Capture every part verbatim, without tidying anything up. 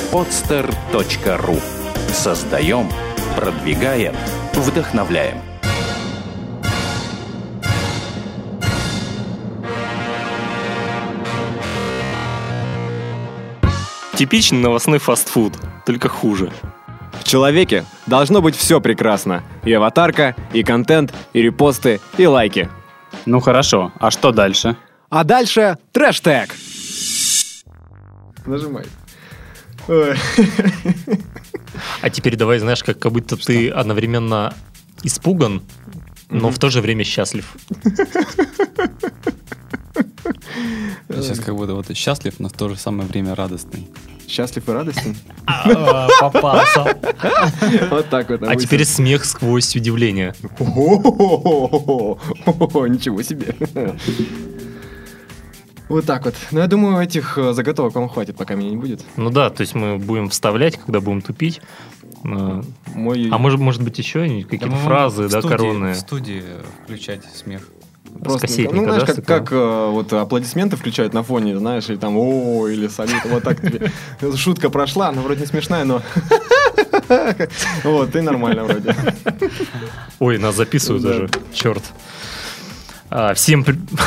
подстер точка ру. Создаем, продвигаем, вдохновляем. Типичный новостной фастфуд, только хуже. В человеке должно быть все прекрасно. И аватарка, и контент, и репосты, и лайки. Ну хорошо, а что дальше? А дальше трэш-тег. Нажимай. Ой. А теперь давай, знаешь, как, как будто что? Ты одновременно испуган, но mm-hmm. в то же время счастлив. Я сейчас как будто вот счастлив, но в то же самое время радостный. Счастлив и радостный? Попался. Вот так вот. А теперь смех сквозь удивление. Ничего себе. Вот так вот. Ну, я думаю, этих заготовок вам хватит, пока меня не будет. Ну да, то есть мы будем вставлять, когда будем тупить. Мой... А может, может быть, еще какие-то да, фразы, да, студии, коронные. В студии включать смех. Просто, ну, знаешь, да, как, как э, вот аплодисменты включают на фоне, знаешь, или там о, или салют, вот так тебе. Шутка прошла, она вроде не смешная, но вот, и нормально вроде. Ой, нас записывают даже, черт. Всем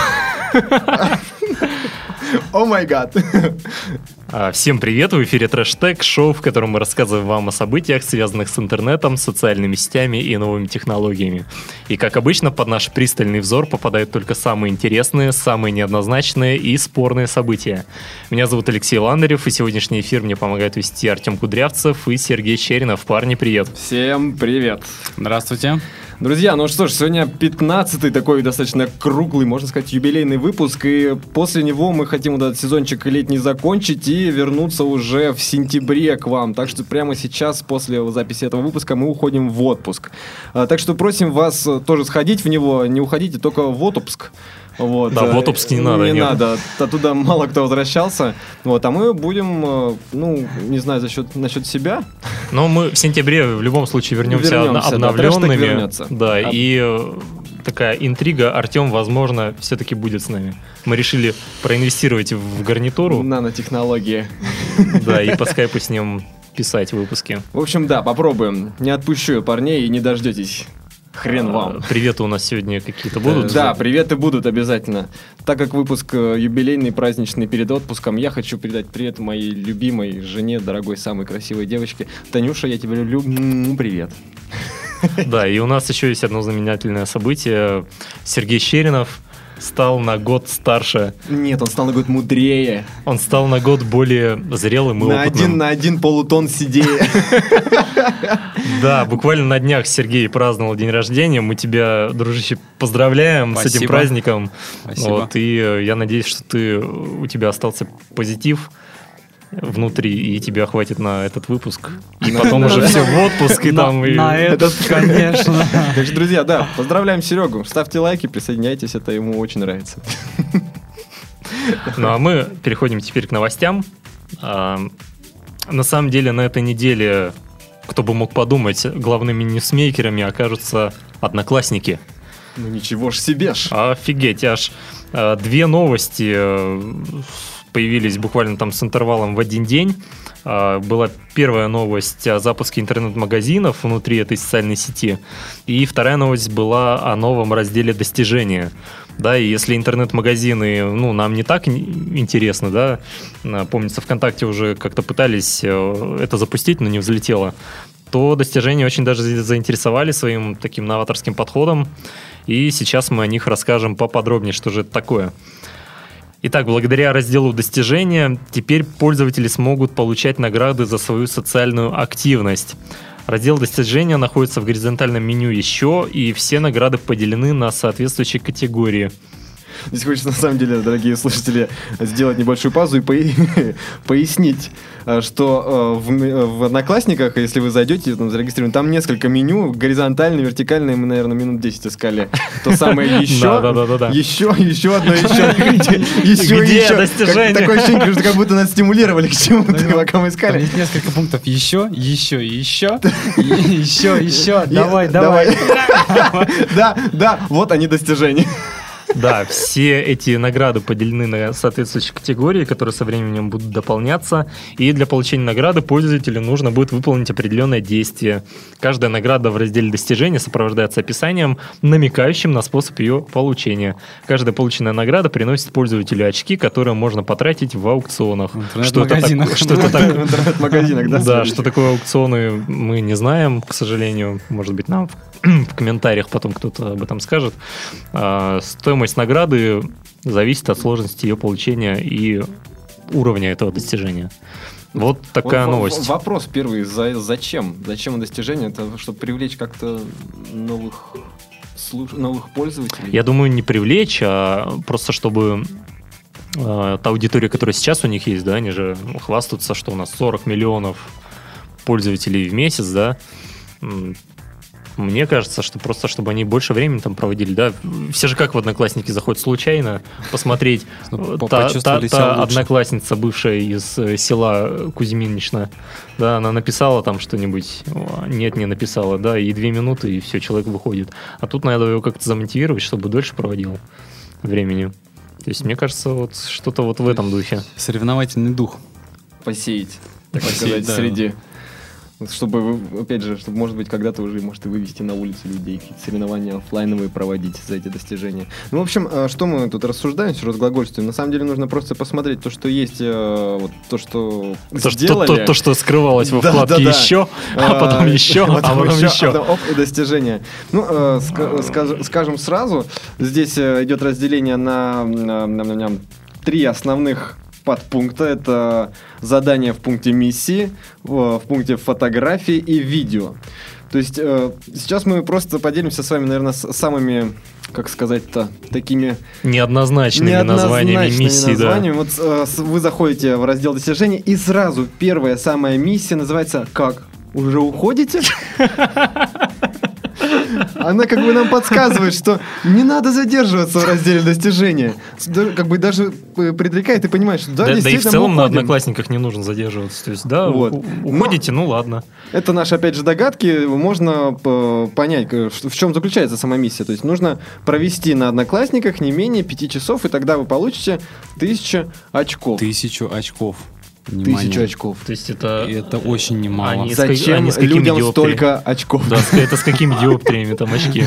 О май гад. Всем привет, в эфире Трэш-тег, шоу, в котором мы рассказываем вам о событиях, связанных с интернетом, социальными сетями и новыми технологиями. И, как обычно, под наш пристальный взор попадают только самые интересные, самые неоднозначные и спорные события. Меня зовут Алексей Ландарев, и сегодняшний эфир мне помогают вести Артем Кудрявцев и Сергей Черенов. Парни, привет. Всем привет. Здравствуйте. Друзья, ну что ж, сегодня пятнадцатый такой достаточно круглый, можно сказать, юбилейный выпуск, и после него мы хотим вот этот сезончик летний закончить и вернуться уже в сентябре к вам. Так что прямо сейчас, после записи этого выпуска, мы уходим в отпуск. А, так что просим вас тоже сходить в него, не уходите только в отпуск. Вот. Да, в отпуск не надо. Не нет. надо, оттуда мало кто возвращался. Вот, а мы будем, ну, не знаю, за счет, насчет себя. Но мы в сентябре в любом случае вернемся, вернемся обновленными. Да, да а... и такая интрига, Артем, возможно, все-таки будет с нами. Мы решили проинвестировать в гарнитуру. Нанотехнологии. Да, и по скайпу с ним писать выпуски. В общем, да, попробуем. Не отпущу парней и не дождетесь. Хрен вам. Приветы у нас сегодня какие-то будут? Да, приветы будут обязательно. Так как выпуск юбилейный, праздничный перед отпуском, я хочу передать привет моей любимой жене, дорогой, самой красивой девочке. Танюша, я тебя люблю. Привет. Да, и у нас еще есть одно знаменательное событие. Сергей Черенов стал на год старше. Нет, он стал на год мудрее. Он стал на год более зрелым и на опытным. Один, на один полутон седее. Да, буквально на днях Сергей праздновал день рождения. Мы тебя, дружище, поздравляем с этим праздником. Вот, и я надеюсь, что ты, у тебя остался позитив внутри, и тебя хватит на этот выпуск. И потом уже все в отпуск. И там на этот, конечно. Так что, друзья, да, поздравляем Серегу. Ставьте лайки, присоединяйтесь, это ему очень нравится. Ну, а мы переходим теперь к новостям. На самом деле, на этой неделе, кто бы мог подумать, главными ньюсмейкерами окажутся одноклассники. Ну, ничего ж себе ж. Офигеть, аж две новости появились буквально там с интервалом в один день. Была первая новость о запуске интернет-магазинов внутри этой социальной сети. И вторая новость была о новом разделе «Достижения». Да, и если интернет-магазины, ну, нам не так интересно, да, помнится, ВКонтакте уже как-то пытались это запустить, но не взлетело, то «Достижения» очень даже заинтересовали своим таким новаторским подходом. И сейчас мы о них расскажем поподробнее, что же это такое. Итак, благодаря разделу «Достижения» теперь пользователи смогут получать награды за свою социальную активность. Раздел «Достижения» находится в горизонтальном меню «Еще», и все награды поделены на соответствующие категории. Здесь хочется, на самом деле, дорогие слушатели, сделать небольшую паузу и пояснить, что в, в Одноклассниках, если вы зайдете, там зарегистрированы, там несколько меню, горизонтальные, вертикальные, мы, наверное, минут десять искали. То самое еще, еще, еще одно, еще, еще, Где еще. достижение? Такое ощущение, что как будто нас стимулировали к чему-то, пока мы искали. Есть несколько пунктов. Еще, еще, еще, еще, еще. Давай, давай. Да, да, вот они достижения. Да, все эти награды поделены на соответствующие категории, которые со временем будут дополняться. И для получения награды пользователю нужно будет выполнить определенное действие. Каждая награда в разделе достижения сопровождается описанием, намекающим на способ ее получения. Каждая полученная награда приносит пользователю очки, которые можно потратить в аукционах. В Что это так- интернет-магазинах. что это так- В интернет-магазинах, да? Да, что такое аукционы, мы не знаем, к сожалению. Может быть, нам в, в комментариях потом кто-то об этом скажет. А, стоимость награды зависит от сложности ее получения и уровня этого достижения. Вот такая В- в- новость. Вопрос первый. За- Зачем? Зачем достижение? Это чтобы привлечь как-то новых, слуш- новых пользователей? Я думаю, не привлечь, а просто чтобы э, та аудитория, которая сейчас у них есть, да, они же хвастаются, что у нас сорок миллионов пользователей в месяц, да. М, Мне кажется, что просто чтобы они больше времени там проводили, да. Все же как в Одноклассники заходят случайно посмотреть. Ну, Та, почувствовали та- себя та лучше. одноклассница, бывшая из э, села Кузьминична, да, она написала там что-нибудь, о, нет, не написала, да, и две минуты, и все, человек выходит. А тут надо его как-то замотивировать, чтобы дольше проводил времени. То есть, мне кажется, вот что-то вот в этом духе. Соревновательный дух. Посеять, так Посеять, сказать, да. среди... Вот Чтобы, вы- опять же, чтобы, может быть, когда-то уже, может, и вывести на улицу людей, какие-то соревнования оффлайновые проводить за эти достижения. Ну, в общем, э, что мы тут рассуждаем, все разглагольствуем. На самом деле нужно просто посмотреть то, что есть, э, вот то, что То, что, сделали. то, то, что скрывалось во Да, вкладке да, да. «Еще», а потом Э, еще, а потом еще. а потом, оп, и достижения. Ну, э, ска- скаж- скажем сразу, здесь э, идет разделение на, на- на- на- на три основных подпункта. Это задание в пункте миссии, в, в пункте фотографии и видео. То есть э, сейчас мы просто поделимся с вами, наверное, с самыми, как сказать-то, такими Неоднозначными названиями неоднозначными миссий, да. названиями. Вот э, с- вы заходите в раздел достижений, и сразу первая самая миссия называется «Как? Уже уходите?» Она как бы нам подсказывает, что не надо задерживаться в разделе достижения. Да, как бы даже э, предрекает и понимает, что да, Да, да и в действительно, целом мы на уходим. Одноклассниках не нужно задерживаться. То есть, да, Вот. у- уходите, ну ладно. Это наши, опять же, догадки. Можно э, понять, э, что- в чем заключается сама миссия. То есть нужно провести на Одноклассниках не менее пяти часов, и тогда вы получите тысячу очков. Тысячу очков. Внимание. Тысячу очков. То есть это... И это очень немало. Они- с как- Зачем они с какими людям диоптриями? столько очков? Да, с- это с какими диоптриями там очки?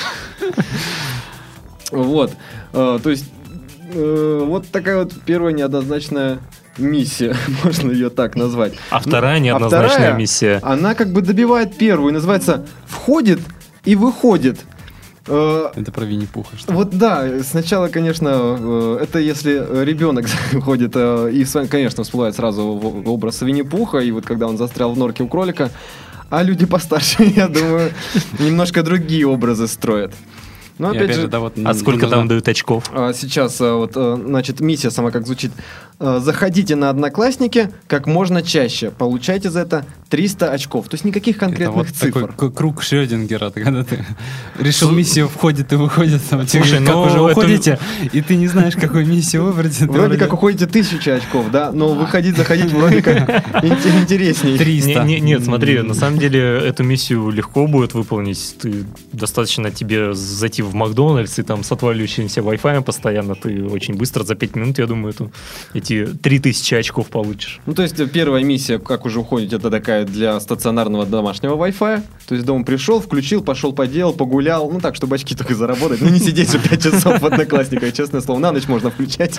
Вот. Э, То есть э, вот такая вот первая неоднозначная миссия, можно ее так назвать. А вторая Ну, а неоднозначная вторая, миссия. Она как бы добивает первую, называется «Входит и выходит». Э, Это про Винни-Пуха, что ли? Вот да, сначала, конечно, э, это если ребенок ходит, э, и, с вами, конечно, всплывает сразу в- образ Винни-Пуха, и вот когда он застрял в норке у кролика, а люди постарше, я думаю, немножко другие образы строят. Но И опять же, да, вот А сколько нужно- там дают очков? а, сейчас, а, вот, а, значит, миссия сама как звучит. А, Заходите на Одноклассники как можно чаще. Получайте за это триста очков. То есть никаких Это конкретных вот цифр. такой к- круг Шрёдингера, ты- когда ты решил миссию входит и выходит, там тебе Слушай, говорят, как ну, уже это- уходите, и ты не знаешь, какую миссию выбрать. и ты Вроде как уходите тысяча очков, да, но выходить, заходить вроде как ин- интересней. триста. Не- не- нет, смотри, на самом деле эту миссию легко будет выполнить. Ты достаточно тебе зайти в Макдональдс и там с отваливающимся Wi-Fi постоянно, ты очень быстро за пять минут, я думаю, эту, эти три тысячи очков получишь. Ну, то есть э, первая миссия, как уже уходить, это такая для стационарного домашнего Wi-Fi. То есть дома пришел, включил, пошел поделал, погулял. Ну, так, чтобы очки только заработать. Ну, не сидеть же пять часов в Одноклассниках, честное слово. На ночь можно включать.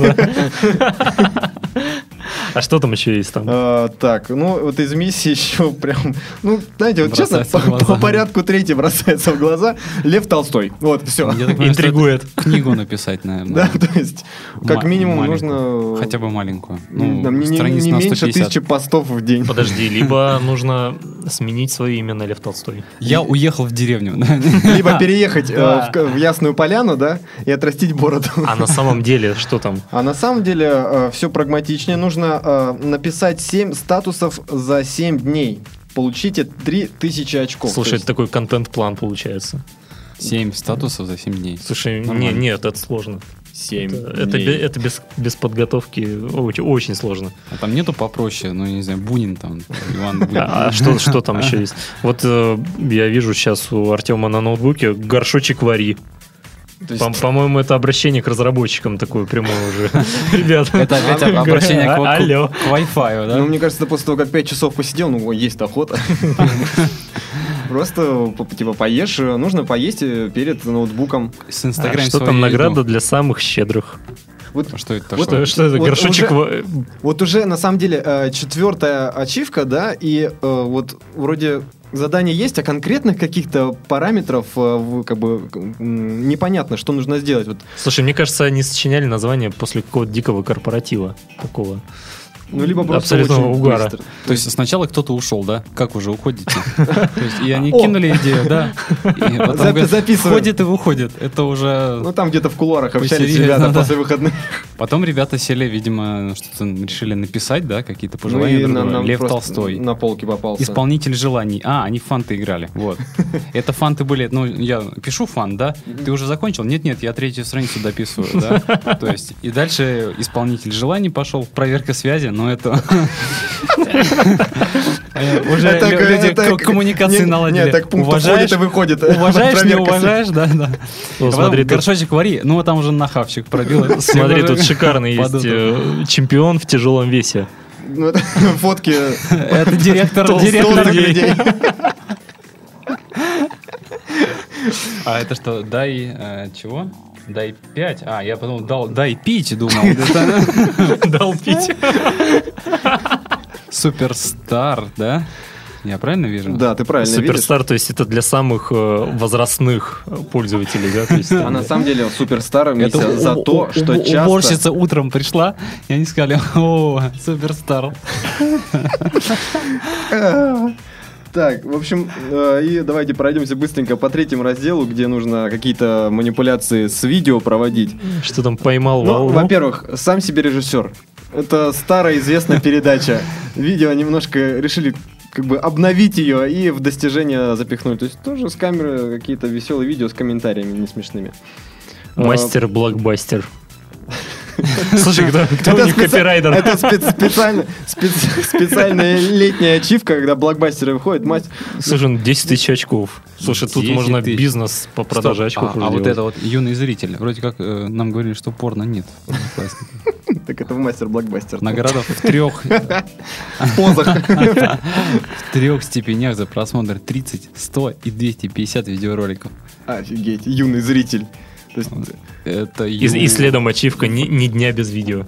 А что там еще есть там? А, так, ну вот из миссии еще прям, ну, знаете, вот честно, Бросается в по, глаза. по порядку третий бросается в глаза Лев Толстой. Вот, все. Я так понимаю, что Интригует. это Книгу написать, наверное. Да, то есть, как Ма- минимум маленькую. нужно... Хотя бы маленькую. Ну, Ну, не, не- страниц не на меньше сто пятьдесят. тысячи постов в день. Подожди, либо нужно сменить свое имя на Лев Толстой. Я уехал в деревню. да. Либо переехать э, Да. в, к- в Ясную Поляну, да, и отрастить бороду. А на самом деле, что там? А на самом деле все прагматичнее. Нужно э, написать семь статусов за семь дней. Получите три тысячи очков. Слушай, То это такой контент-план получается. Семь статусов за семь дней. Слушай, не, Нормально. нет, это сложно. есть семь Это, это, дней. бе- это без, без подготовки очень, очень сложно. А там нету попроще, ну, не знаю, Бунин там, Иван Бунин. А, а что, что там еще есть? Вот э, я вижу сейчас у Артема на ноутбуке горшочек вари. То есть- По- По-моему, это обращение к разработчикам такое прямое уже. Ребята. Это опять обращение к, А- алло. к, к Wi-Fi, да? Ну, мне кажется, после того, как пять часов посидел, ну, есть охота. Просто, по- типа, поешь, нужно поесть перед ноутбуком. С А Инстаграм что там награда для самых щедрых? Вот, Что это Вот- такое? Что, что это, вот горшочек? уже- во- вот уже, на самом деле, э, четвертая ачивка, да, и э, вот вроде задание есть, а конкретных каких-то параметров э, в- как бы м, непонятно, что нужно сделать. Вот, Слушай, мне кажется, они сочиняли название после какого-то дикого корпоратива такого. ну, либо просто Абсолютного очень угара. быстро. То есть сначала кто-то ушел, да? Как уже уходите? То есть и они О! кинули идею, да? И потом Запи- говорят, записываем. входит и выходит. Это уже... Ну, там где-то в кулуарах общались Посерьезно, ребята да. после выходных. Потом ребята сели, видимо, что-то решили написать, да, какие-то Ну, пожелания и друг нам- другу. нам Лев просто Толстой. на полке попался. Исполнитель желаний. А, они в фанты играли. Вот. Это фанты были. Ну, я пишу фан, да? Ты уже закончил? Нет-нет, я третью страницу дописываю, да? То есть, и дальше исполнитель желаний пошел, проверка связи, но это... Уже Это- лю- люди это- к- коммуникации нет, наладили. Нет, так пункт Уважаешь, входит и выходит. уважаешь, не Проверка уважаешь, да, да. О, А смотри, потом тут- горшочек вари, ну, вот там уже нахавчик пробил. Смотри, тут шикарный есть Подутый. э, чемпион в тяжелом весе. Ну, это фотки Это директор, Толстых директор. толстых людей. А это что, дай э, чего? Дай пять. А, я подумал, дал, дай пить, думал. Это Дал пить. Суперстар, да? Я правильно вижу? Да, ты правильно видишь. Суперстар, то есть это для самых э, возрастных пользователей, да? То есть, А на самом деле суперстар Это миссия за у- то, у- что у- часто... уборщица утром пришла, и они сказали, о, суперстар. Так, в общем, э, и давайте пройдемся быстренько по третьему разделу, где нужно какие-то манипуляции с видео проводить. что там поймал Ну, волну. во-первых, сам себе режиссер. Это старая известная передача. Видео немножко решили как бы обновить ее и в достижения запихнуть. То есть тоже с камеры какие-то веселые видео с комментариями не смешными. Мастер-блокбастер. Слушай, кто, кто у них специ- копирайтер? это спец- специально- спец- специальная летняя ачивка, когда блокбастеры выходят. Мастер... Слушай, ну десять тысяч очков. Слушай, тут десять можно тысяч. бизнес по продаже Стоп, очков а, уже а вот делать. это вот юный зритель. Вроде как э, нам говорили, что порно нет. Так это в мастер-блокбастер. Награда в трех В позах. в трех степенях за просмотр тридцать, сто и двести пятьдесят видеороликов. Офигеть, юный зритель. То есть, Это И, ю- и следом ачивка ни, ни дня без видео.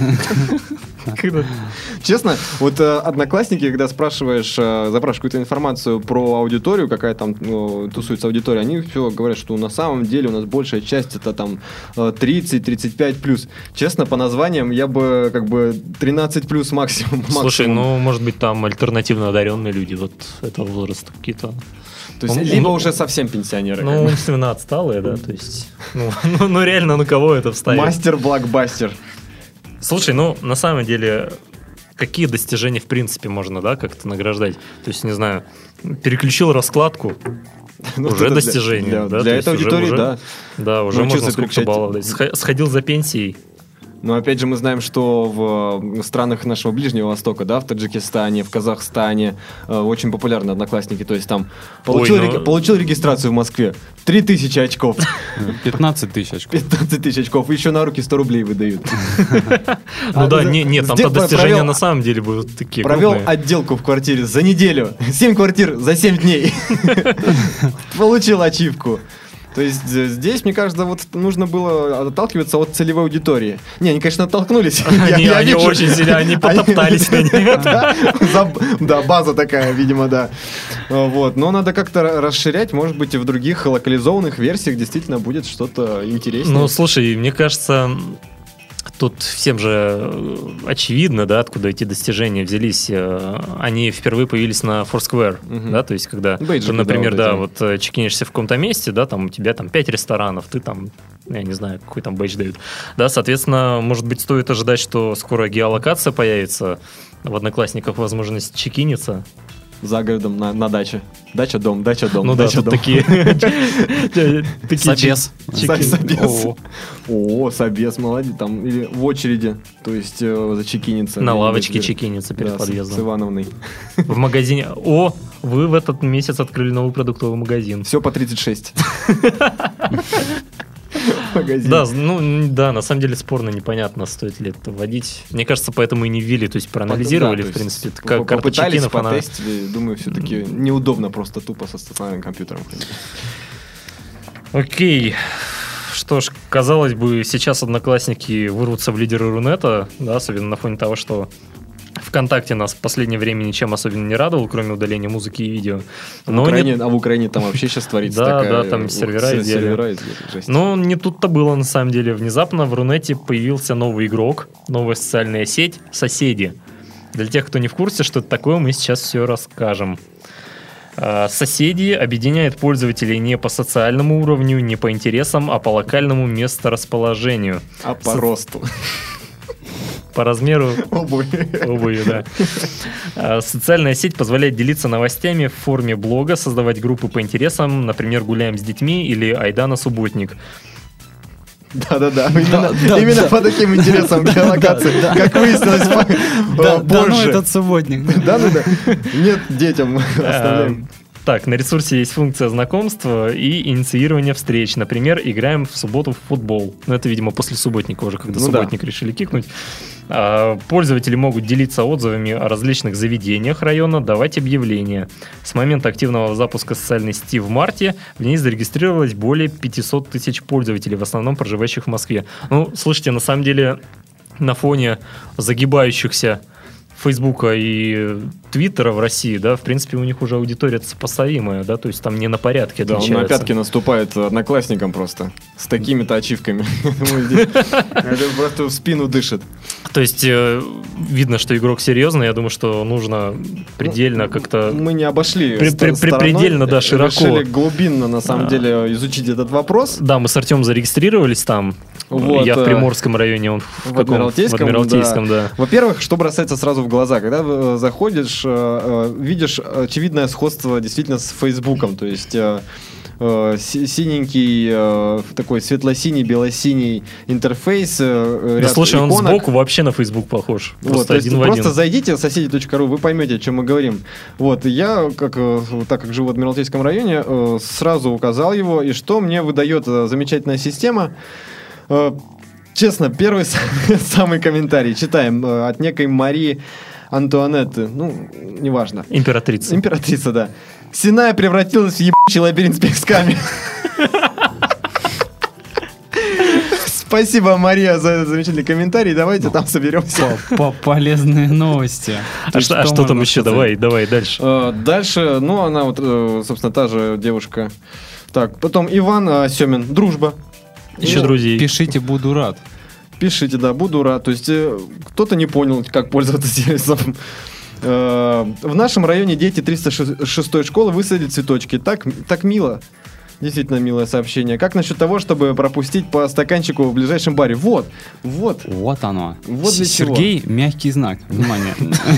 Когда- честно, вот э, одноклассники, когда спрашиваешь, э, запрашиваешь какую-то информацию про аудиторию, какая там ну, тусуется аудитория, они все говорят, что на самом деле у нас большая часть это там э, тридцать-тридцать пять плюс. Честно, по названиям я бы как бы тринадцать плюс максимум. Слушай, максимум. ну, может быть, там альтернативно одаренные люди вот этого возраста какие-то. То есть, ну, либо ну, уже совсем пенсионеры. Ну, как бы. умственно отсталые, да, то есть... Ну, ну, ну, реально, на кого это вставить? Мастер-блокбастер. Слушай, ну, на самом деле, какие достижения, в принципе, можно, да, как-то награждать? То есть, не знаю, переключил раскладку, Ну, уже это для- достижение, для- да? Для то есть этой уже- аудитории, уже- да. Да, уже Научился можно сколько-то переключать. баллов дать. Сх- Сходил за пенсией. Но опять же мы знаем, что в э, странах нашего Ближнего Востока, да, в Таджикистане, в Казахстане э, очень популярны одноклассники. То есть там получил, ну- реги- получил регистрацию в Москве, три тысячи очков, пятнадцать тысяч очков. пятнадцать тысяч очков, и еще на руки сто рублей выдают. Ну А, да, за- не- нет, там-то сдел- достижения провел- на самом деле будут такие Провел крупные. отделку в квартире за неделю, семь квартир за семь дней. Получил ачивку. То есть э, здесь, мне кажется, вот нужно было отталкиваться от целевой аудитории. Не, они, конечно, оттолкнулись. Я- Они, я они вижу. очень сильно, они потоптались на ней. Да, за- да, база такая, видимо, да. Э, Вот, но надо как-то ра- расширять, может быть, и в других локализованных версиях действительно будет что-то интереснее. Ну, слушай, мне кажется, тут всем же э, очевидно, да, откуда эти достижения взялись. Э, Они впервые появились на Foursquare, Мгм. да, то есть когда, Бейджики, ты, например, да, да, вот вот э, чекинишься в каком-то месте, да, там у тебя там пять ресторанов, ты там, я не знаю, какой там бейдж дают, да, соответственно, может быть, стоит ожидать, что скоро геолокация появится, в Одноклассниках возможность чекиниться. За городом на, на даче. Дача-дом, дача-дом, Ну да, дача-дом. тут такие... такие Собес. чек- Со- собес. О, О, собес, молодец. Там, или в очереди, то есть э, зачекиниться. На Где-нибудь, лавочке где- чекиниться перед да, с- С подъездом. Ивановной. В магазине. О, вы в этот месяц открыли новый продуктовый магазин. Все по тридцать шесть. магазин. Да, ну да, на самом деле спорно, непонятно, стоит ли это вводить. Мне кажется, поэтому и не ввели, то есть проанализировали, Да, в то есть принципе, как карта попытались, чекинов, она... потестили. Думаю, все-таки неудобно просто тупо со стационарным компьютером ходить. Окей. Что ж, казалось бы, сейчас одноклассники вырвутся в лидеры Рунета, да, особенно на фоне того, что ВКонтакте нас в последнее время ничем особенно не радовал, кроме удаления музыки и видео. Но в Украине, не... А в Украине там вообще сейчас творится да, такая... Да, там сервера изъяли. Но не тут-то было, на самом деле. Внезапно в Рунете появился новый игрок, новая социальная сеть «Соседи». Для тех, кто не в курсе, что это такое, мы сейчас все расскажем. Соседи объединяет пользователей не по социальному уровню, не по интересам, а по локальному месторасположению. А по Со... росту. По размеру обуви. обуви, да. Социальная сеть позволяет делиться новостями в форме блога, создавать группы по интересам, например, «Гуляем с детьми» или «Айда на субботник». Да-да-да, именно, да, именно да. по таким интересам геолокации, да, как выяснилось да, позже. Да, ну этот субботник. Да-да-да, нет, детям оставляем. Так, на ресурсе есть функция знакомства и инициирования встреч. Например, играем в субботу в футбол. Ну, это, видимо, после субботника уже, когда ну, субботник да. решили кикнуть. А, пользователи могут делиться отзывами о различных заведениях района, давать объявления. С момента активного запуска социальной сети в марте в ней зарегистрировалось более пятьсот тысяч пользователей, в основном проживающих в Москве. Ну, слушайте, на самом деле, на фоне загибающихся Фейсбука и Твиттера в России, да, в принципе, у них уже аудитория сопоставимая, да, то есть там не на порядке да, отличается. Да, он на пятки наступает одноклассникам просто, с такими-то ачивками. Это просто в спину дышит. То есть видно, что игрок серьезный, я думаю, что нужно предельно как-то... Мы не обошли предельно, да, широко. Решили глубинно, на самом деле, изучить этот вопрос. Да, мы с Артемом зарегистрировались там. Я в Приморском районе, он в Адмиралтейском, да. Во-первых, что бросается сразу в глаза, когда заходишь, видишь очевидное сходство действительно с Фейсбуком, то есть синенький, такой светло-синий, бело-синий интерфейс. Да слушай, иконок. Он сбоку вообще на Facebook похож. Просто вот, один в просто один. Зайдите в соседи точка ру, вы поймете, о чем мы говорим. Вот, я, как, так как живу в Адмиралтейском районе, сразу указал его, и что мне выдает замечательная система. Честно, первый самый комментарий читаем от некой Марии Антуанетты, ну, неважно. Императрица. Императрица, да. Синая превратилась в ебучий лабиринт с песками. Спасибо, Мария, за этот замечательный комментарий. Давайте там соберемся. Полезные новости. А что там еще? Давай, давай дальше. Дальше, ну, она вот, собственно, та же девушка. Так, потом Иван Семин, дружба. Еще ну, друзей. Пишите, буду рад. Пишите, да, буду рад. То есть э, кто-то не понял, как пользоваться сервисом. Э, в нашем районе дети триста шестой школы высадили цветочки. Так, так мило. Действительно милое сообщение. Как насчет того, чтобы пропустить по стаканчику в ближайшем баре? Вот, вот. Вот оно. Вот для чего. Сергей, мягкий знак. Внимание.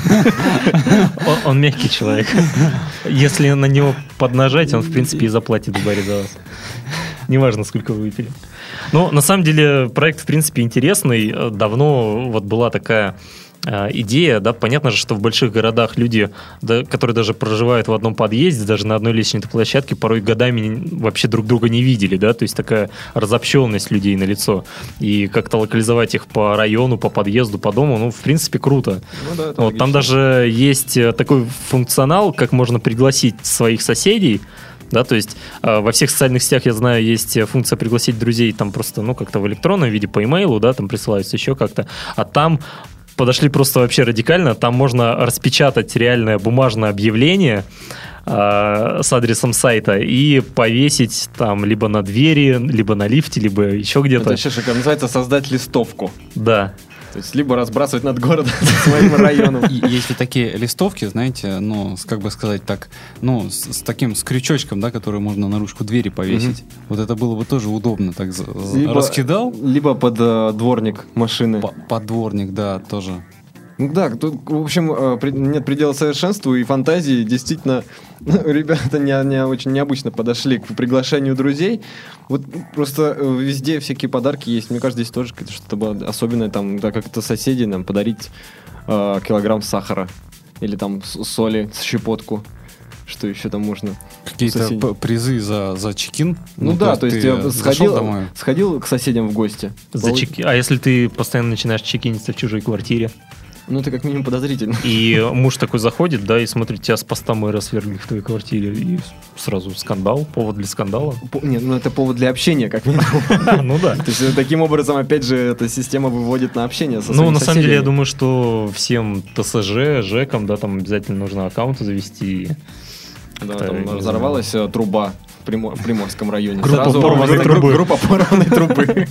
Он мягкий человек. Если на него поднажать, он, в принципе, и заплатит в баре за вас. Неважно, сколько вы выпили. Но на самом деле проект, в принципе, интересный. Давно вот была такая э, идея, да, понятно же, что в больших городах люди, да, которые даже проживают в одном подъезде, даже на одной лестничной площадке, порой годами вообще друг друга не видели, да, то есть такая разобщенность людей налицо. И как-то локализовать их по району, по подъезду, по дому, ну, в принципе, круто. Ну, да, вот, там даже есть такой функционал, как можно пригласить своих соседей. Да, то есть э, во всех социальных сетях, я знаю, есть функция пригласить друзей там просто, ну, как-то в электронном виде, по имейлу, да, там присылаются еще как-то, а там подошли просто вообще радикально, там можно распечатать реальное бумажное объявление э, с адресом сайта и повесить там либо на двери, либо на лифте, либо еще где-то. Это еще шикарно, называется создать листовку. Да. То есть либо разбрасывать над городом своим районом. Если такие листовки, знаете, ну, как бы сказать так, ну, с, с таким, с крючочком, да, который можно на ручку двери повесить. Mm-hmm. Вот это было бы тоже удобно. Так либо, раскидал. Либо под э, дворник машины. По, под дворник, да, тоже. Ну да, тут, в общем, нет предела совершенству и фантазии. Действительно, ребята не, не, очень необычно подошли к приглашению друзей. Вот просто везде всякие подарки есть. Мне кажется, здесь тоже что-то особенное, там, да, как-то соседи нам подарить э, килограмм сахара или там соли, щепотку. что еще там можно? Какие-то Соседи. п- призы за, за чекин? Ну, да, то есть ты я зашел сходил, домой? сходил к соседям в гости. За Пол- чеки- А если ты постоянно начинаешь чекиниться в чужой квартире, Ну, это как минимум подозрительно. и муж такой заходит, да, и смотрит, тебя с поста мэра свергли в твоей квартире, и сразу скандал, повод для скандала. По- Нет, ну это повод для общения, как минимум. Ну да. То есть э, таким образом, опять же, эта система выводит на общение со Ну, своими на самом деле, я соседями. думаю, что всем ТСЖ, ЖЭКам, да, там обязательно нужно аккаунты завести. Да, как-то, там не разорвалась э, труба в, Примо- в Приморском районе. Группа Сразу порванной гру- трубы. Группа порванной трубы.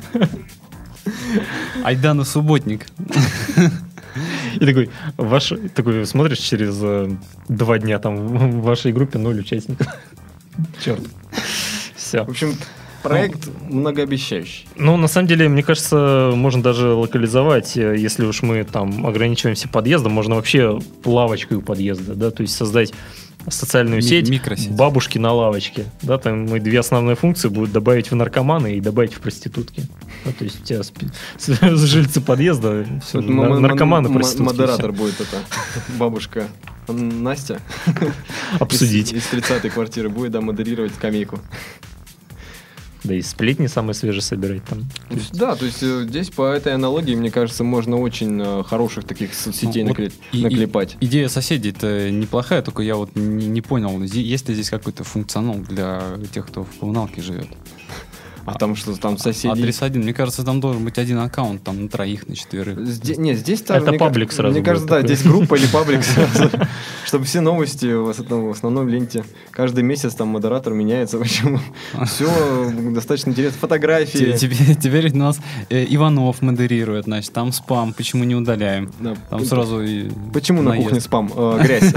Айда на субботник. И такой, ваш, такой смотришь через э, два дня, там в вашей группе ноль участников. Черт. Все. В общем, проект многообещающий. Ну, на самом деле, мне кажется, можно даже локализовать, э, если уж мы там ограничиваемся подъездом, можно вообще лавочкой у подъезда, да, то есть создать социальную Ми- сеть микросеть. бабушки на лавочке, да, там мы две основные функции будут добавить в наркоманы и добавить в проститутки. Ну, то есть у тебя спи- с- жильцы подъезда, всё, Вот на- м- м- наркоманы, м- проститутки. Модератор будет это. Бабушка Настя. всё. Обсудить. Из, из тридцатой квартиры будет, да, модерировать скамейку. Да и сплетни самые свежие собирать там. То есть, да, то есть э, здесь по этой аналогии, мне кажется, можно очень э, хороших таких соцсетей Ну, вот накле- и- и- наклепать. Идея соседей-то неплохая, только я вот не, не понял, зи- есть ли здесь какой-то функционал для тех, кто в коммуналке живет? А там что, там соседи... Адрес один. Мне кажется, там должен быть один аккаунт, там на троих, на четверых. Здесь, нет, здесь Это мне паблик ка- сразу Мне будет кажется, да, такой. здесь группа или паблик сразу, чтобы все новости в основном, в основном ленте. Каждый месяц там модератор меняется, в общем, все достаточно интересно. Фотографии. Те- Теперь, теперь у нас э, Иванов модерирует, значит, там спам, почему не удаляем? Да. Там сразу и Почему на наезд. кухне спам? Э, Грязь.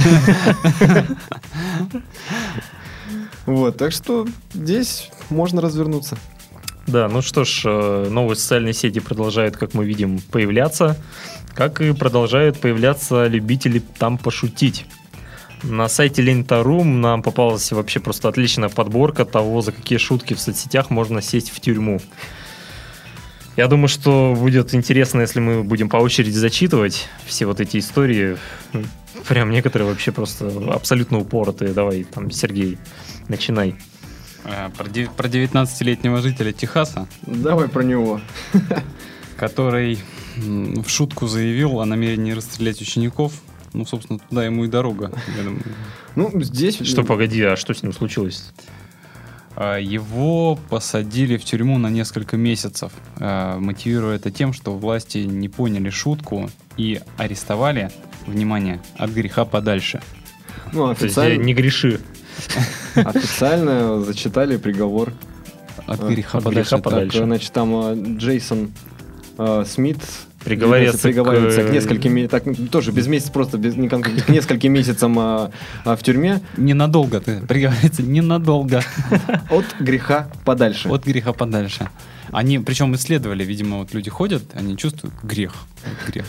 Вот, так что здесь можно развернуться. Да, ну что ж, э, новые социальные сети продолжают, как мы видим, появляться, как и продолжают появляться любители там пошутить. На сайте Лента.ру нам попалась вообще просто отличная подборка того, за какие шутки в соцсетях можно сесть в тюрьму. Я думаю, что будет интересно, если мы будем по очереди зачитывать все вот эти истории. Прям некоторые вообще просто абсолютно упоротые. Давай, там, Сергей, начинай. Э, Про дев- про девятнадцатилетнего жителя Техаса, Давай про него. который м, в шутку заявил о намерении расстрелять учеников. Ну, собственно, туда ему и дорога. я думаю. Ну, здесь... Что, погоди, а что с ним случилось? А, Его посадили в тюрьму на несколько месяцев, а, мотивируя это тем, что власти не поняли шутку и арестовали, внимание, от греха подальше. Ну, То есть официально, не греши. официально зачитали приговор. От А, греха от подальше. греха Так, подальше. Так, значит, там э, Джейсон э, Смит Приговаривается приговаривается к- к, нескольким, ме- так, тоже без месяца, просто без, не конкретно, к нескольким месяцам а, а, в тюрьме Ненадолго ты, приговаривается, ненадолго. от греха подальше. От греха подальше. Они, причем исследовали, видимо, вот люди ходят, они чувствуют грех. Вот грех.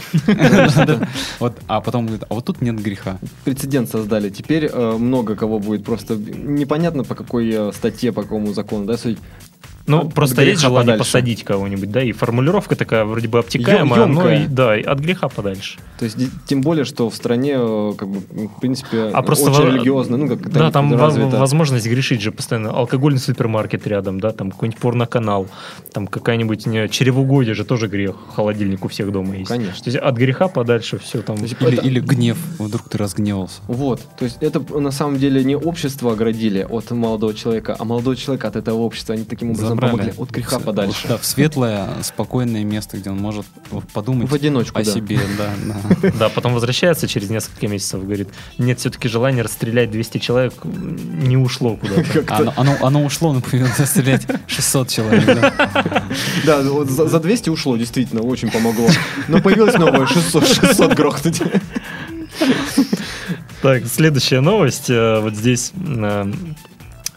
Вот, а потом говорят, а вот тут нет греха. Прецедент создали. Теперь э, много кого будет просто непонятно по какой э, статье, по какому закону, да, судить. Ну, От- просто от есть греха желание подальше. посадить кого-нибудь, да, и формулировка такая вроде бы обтекаемая, Ё- но ёмкая. и, да, и от греха подальше. То есть ди- тем более, что в стране, э, как бы, в принципе, А просто очень во- религиозно, ну, как это Да, там во- развито. возможность грешить же постоянно. Алкогольный супермаркет рядом, да, там какой-нибудь порноканал, там какая-нибудь не, чревоугодие же тоже грех, холодильник у всех дома есть. Конечно. То есть от греха подальше все там. То есть Или, это- или гнев, вдруг ты разгневался. Вот, то есть это на самом деле не общество оградили от молодого человека, а молодого человека от этого общества. Они таким образом Забрали. помогли от греха В- подальше. Да, в светлое, спокойное место, где он может вот подумать В одиночку, о да. себе. Да, да. Да, потом возвращается через несколько месяцев, говорит, нет, все-таки желание расстрелять двести человек не ушло куда-то. Оно, оно, оно ушло, но появилось стрелять шестьсот человек. Да. Да, вот за, за двести ушло, действительно, очень помогло. Но появилось новое, шестьсот, шестьсот грохнуть. Так, следующая новость. э, Вот здесь э,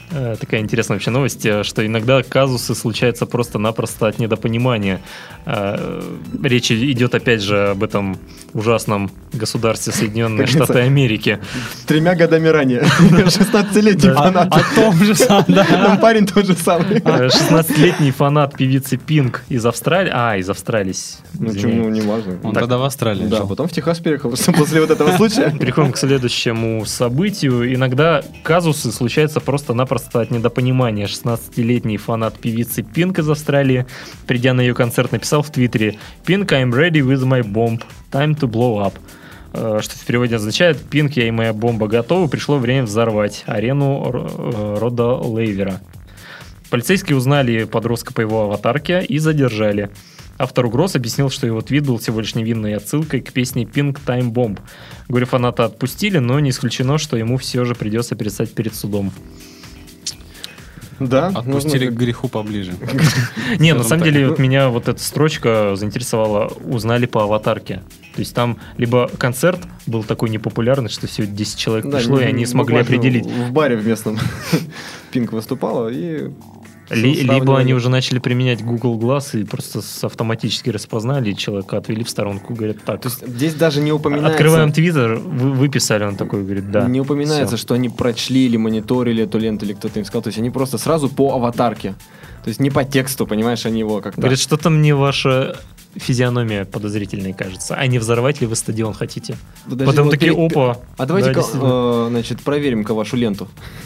Такая интересная вообще новость, что иногда казусы случаются просто-напросто от недопонимания. Речь идет опять же об этом ужасном государстве Соединенные Штаты Америки. Тремя годами ранее. шестнадцатилетний фанат. О том же самом, да. Там парень тот же самый. шестнадцатилетний фанат певицы Пинк из Австралии. А, из Австралии. Ну, ну, не важно. Он тогда в Австралии Да, жил. потом в Техас переехал после вот этого случая. Переходим к следующему событию. Иногда казусы случаются просто-напросто от недопонимания. шестнадцатилетний фанат певицы Пинк из Австралии, придя на ее концерт, написал в Твиттере: «Pink, I'm ready with my bomb. Time to blow up». Что в переводе означает: «Пинк, я и моя бомба готовы, пришло время взорвать арену Рода Лейвера». Полицейские узнали подростка по его аватарке и задержали. Автор угроз объяснил, что его твит был всего лишь невинной отсылкой к песне Pink Time Bomb. Горе-фаната отпустили, но не исключено, что ему все же придется предстать перед судом. Да, Отпустили к греху поближе. Не, на самом деле вот меня вот эта строчка заинтересовала. Узнали по аватарке. То есть там либо концерт был такой непопулярный, что всего десять человек Да, пришло, и они смогли определить. В баре в местном Пинк выступала, и... Ли- либо они уже начали применять Google Glass и просто с- автоматически распознали, человека отвели в сторонку, говорят, так, То есть здесь даже не упоминается... открываем Твиттер, вы, выписали, он такой говорит, да. Не упоминается, Всё. что они прочли или мониторили эту ленту, или кто-то им сказал. То есть они просто сразу по аватарке. То есть не по тексту, понимаешь, они его как-то... Говорит, что-то мне ваша физиономия подозрительной кажется. А не взорвать ли вы стадион хотите? Подожди, Потом вот такие, пере- опа. А давайте-ка, да, действительно. э, значит, проверим-ка вашу ленту.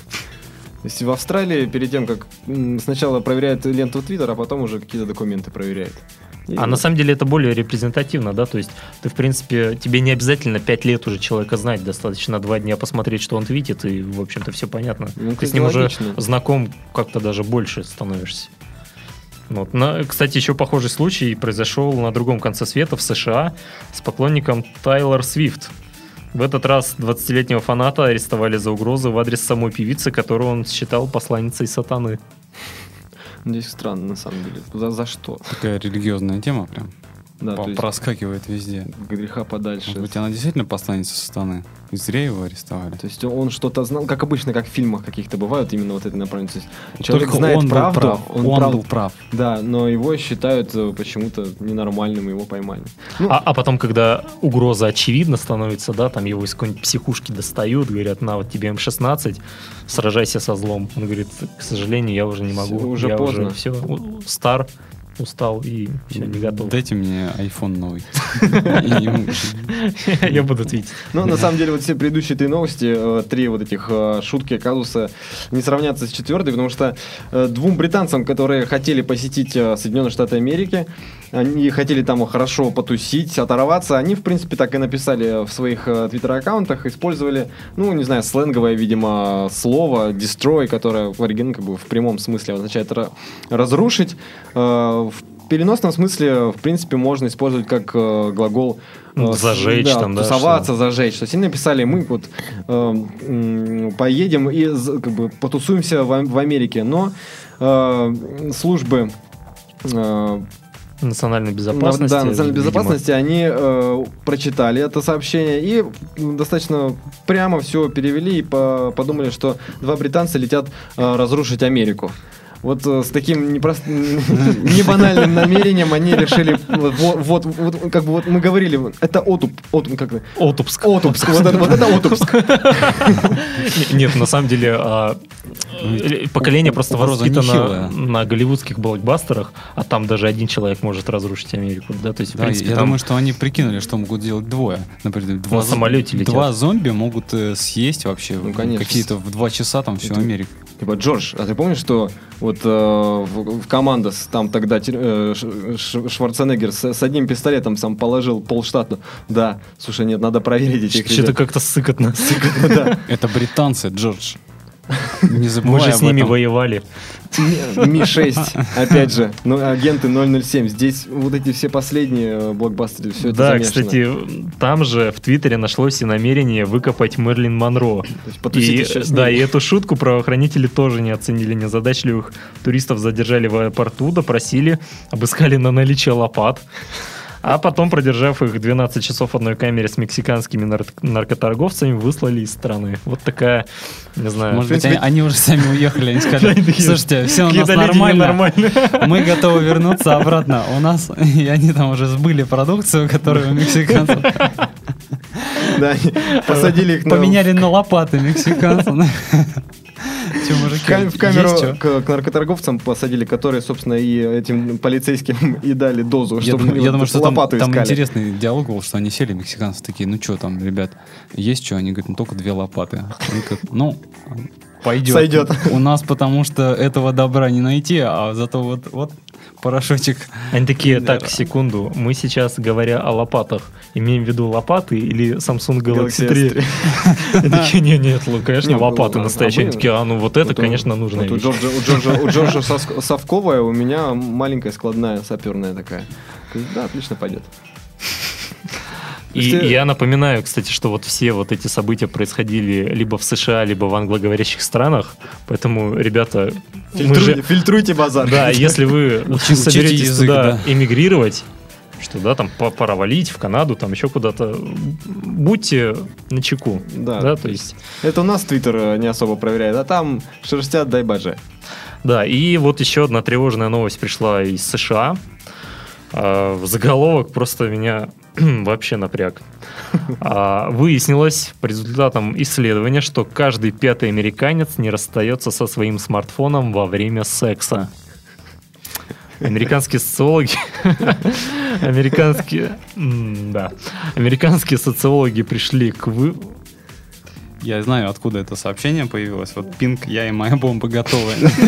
То есть в Австралии перед тем, как м, сначала проверяют ленту Твиттера, а потом уже какие-то документы проверяют. И А вот. на самом деле это более репрезентативно, да, то есть ты, в принципе, тебе не обязательно пять лет уже человека знать, достаточно два дня посмотреть, что он твитит, и, в общем-то, все понятно. Ну, Ты с ним уже логично. знаком как-то даже больше становишься. Вот. На, кстати, еще похожий случай произошел на другом конце света, в США, с поклонником Тайлор Свифт. В этот раз двадцатилетнего фаната арестовали за угрозы в адрес самой певицы, которую он считал посланницей сатаны. Здесь странно, на самом деле. За, за что? Такая религиозная тема прям. Да, По- то есть Проскакивает везде. греха подальше. Может быть, она действительно посланница сатаны? И зря его арестовали. То есть он что-то знал, как обычно, как в фильмах каких-то бывают, именно вот этой направленности. То есть человек Только знает он был правду, прав. он, Он прав- был прав. Да, но его считают э, почему-то ненормальным, его поймали. Ну, А, а потом, когда угроза очевидна становится, да, там его из какой-нибудь психушки достают, говорят, на, вот тебе эм шестнадцать, сражайся со злом. Он говорит, к сожалению, я уже не могу. Всё, уже я поздно. уже все, у- стар, устал и все, не готов. Дайте мне iPhone новый. И ему- Я буду твитить. Ну, на самом деле, вот все предыдущие три новости, э, три вот этих э, шутки, казуса, не сравнятся с четвертой, потому что э, двум британцам, которые хотели посетить э, Соединенные Штаты Америки, они хотели там хорошо потусить, оторваться, они, в принципе, так и написали в своих э, твиттер-аккаунтах, использовали, ну, не знаю, сленговое, видимо, слово destroy, которое в оригинале, как бы, в прямом смысле означает ра- разрушить. Э, в переносном смысле, в принципе, можно использовать как э, глагол э, с- Зажечь там, да, тусоваться, зажечь. То есть они написали, мы вот э, м, поедем и з- как бы потусуемся в, Ам- в Америке, но э, службы э, Национальной безопасности. да, национальной видимо. безопасности, они э, прочитали это сообщение и достаточно прямо все перевели и по- подумали, что два британца летят э, разрушить Америку. Вот э, с таким непрост... небанальным намерением они решили, вот, вот, вот, как бы вот мы говорили, это Отуп, Отуп, как это? Отупск. Отупск, вот это, вот это Отупск. Нет, на самом деле а, э, поколение просто угроза воспитано нехилая. на голливудских блокбастерах, а там даже один человек может разрушить Америку. Да, то есть, в Да, принципе, я там думаю, что они прикинули, что могут делать двое. Например, два, На зо- самолете летят. два зомби могут э, съесть вообще Ну, конечно. какие-то в два часа там всю Это- Америку. Типа, Джордж, а ты помнишь, что вот э, в, в Командос там тогда э, Ш- Ш- Шварценеггер с, с одним пистолетом сам положил полштата? Да, слушай, нет, надо проверить этих что-то ребят. как-то сыкотно. Да. Это британцы, Джордж. Не забывай Мы же об с ними этом. воевали. Ми- Ми шесть, опять же, ну, агенты ноль ноль семь. Здесь вот эти все последние э, блокбастеры, все это Да, замешано. кстати, там же в Твиттере нашлось и намерение выкопать Мерлин Монро. То есть потусить И, еще с да, ней. и эту шутку правоохранители тоже не оценили. Незадачливых туристов задержали в аэропорту, допросили, обыскали на наличие лопат. А потом, продержав их двенадцать часов в одной камере с мексиканскими нар- наркоторговцами, выслали из страны. Вот такая, не знаю... Может быть, принципе- они, они уже сами уехали, они сказали, слушайте, все у нас Какие-то люди нормально, ненормальные. мы готовы вернуться обратно. У нас, и они там уже сбыли продукцию, которую у мексиканцев Да, они посадили их на- поменяли на лопаты мексиканцев. Че, в мужики, кам- в камеру есть чё? к, к наркоторговцам посадили, которые, собственно, и этим полицейским и дали дозу, Я чтобы думаю, они я вот думаю, что там, лопату там искали. интересный диалог был, что они сели, мексиканцы такие, ну что там, ребят, есть что? Они говорят, ну только две лопаты. Они говорят, ну, пойдет. Сойдет. У нас потому что этого добра не найти, а зато вот, вот порошочек. Они такие, так, секунду, мы сейчас, говоря о лопатах, имеем в виду лопаты или Samsung Galaxy Galaxy три? S три. Они такие, нет, нет, ну, конечно, Не, лопаты а- настоящие. а Они вы- такие, а ну вот это, Вот у- конечно, нужная вот у вещь. Джорджа, у Джорджа, у Джорджа Соск- Совковая, у меня маленькая складная саперная такая. Да, отлично пойдет. И Если- я напоминаю, кстати, что вот все вот эти события происходили либо в США, либо в англоговорящих странах, поэтому, ребята, мы Фильтруйте, же... фильтруйте базар. Да, если вы Учи- соберетесь учите язык, туда да. эмигрировать, что да, там по- пора валить в Канаду, там еще куда-то, будьте начеку. Да, Да, то есть... Это у нас Твиттер не особо проверяет, а там шерстят, дай боже. Да, и вот еще одна тревожная новость пришла из США. А, в заголовок просто меня вообще напряг. А, выяснилось по результатам исследования, что каждый пятый американец не расстается со своим смартфоном во время секса. Американские социологи... Американские... м, Да. Американские социологи пришли к вы... Я знаю, откуда это сообщение появилось. Вот пинг, я и моя бомба готовы.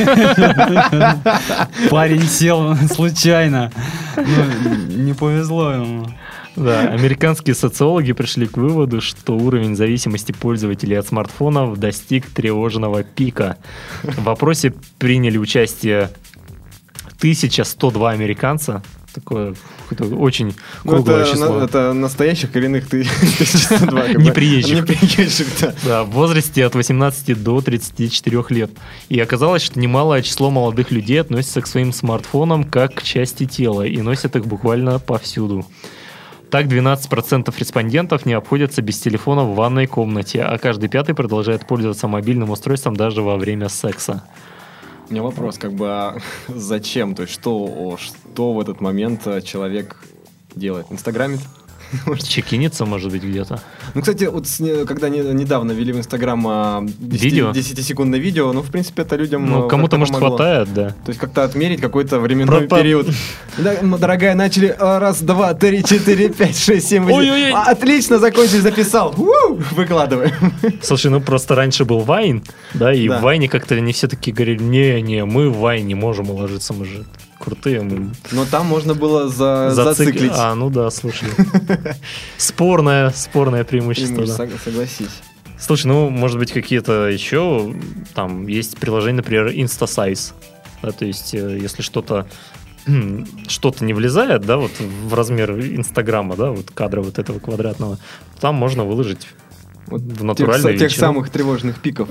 Парень сел случайно. Ну, не повезло ему. Да, американские социологи пришли к выводу, что уровень зависимости пользователей от смартфонов достиг тревожного пика. В вопросе приняли участие тысяча сто два американца. Такое какое-то очень Ну, круглое это, число. на- это настоящих коренных ты- тысяча сто два, как бы. Неприезжих. Неприезжих, да. Да, в возрасте от восемнадцати до тридцати четырёх лет. И оказалось, что немалое число молодых людей относятся к своим смартфонам как к части тела и носят их буквально повсюду. Так, двенадцать процентов респондентов не обходятся без телефона в ванной комнате, а каждый пятый продолжает пользоваться мобильным устройством даже во время секса. У меня вопрос, как бы, а зачем? То есть, что, о, что в этот момент а, человек делает? Инстаграмит? Чекиниться, может быть, где-то. Ну, кстати, вот с не- когда не- недавно ввели в Инстаграм а, Видео? десятисекундное видео, ну, в принципе, это людям... Ну, а, кому-то, как-то может, помогло. хватает, да. То есть как-то отмерить какой-то временной Про- период. Да, м, дорогая, начали а, раз, два, три, четыре, пять, шесть, семь, восемь. Ой-ой-ой. А, отлично, закончили, записал. У, выкладываем. Слушай, ну просто раньше был Вайн, да, и Да. в Вайне как-то не все такие говорили, не-не, мы в Вайн не можем уложиться, мы же крутые. Мы... Но там можно было за, Зацикли- зациклить. А, ну да, слушай. Спорное, спорное преимущество, Преимущество, да. сог- Согласись. Слушай, ну, может быть, какие-то еще, там, есть приложение, например, InstaSize, да, то есть, э, если что-то м, что-то не влезает, да, вот в размер Инстаграма, да, вот кадра вот этого квадратного, там можно выложить Вот в тех, натуральную тех величину. самых тревожных пиков.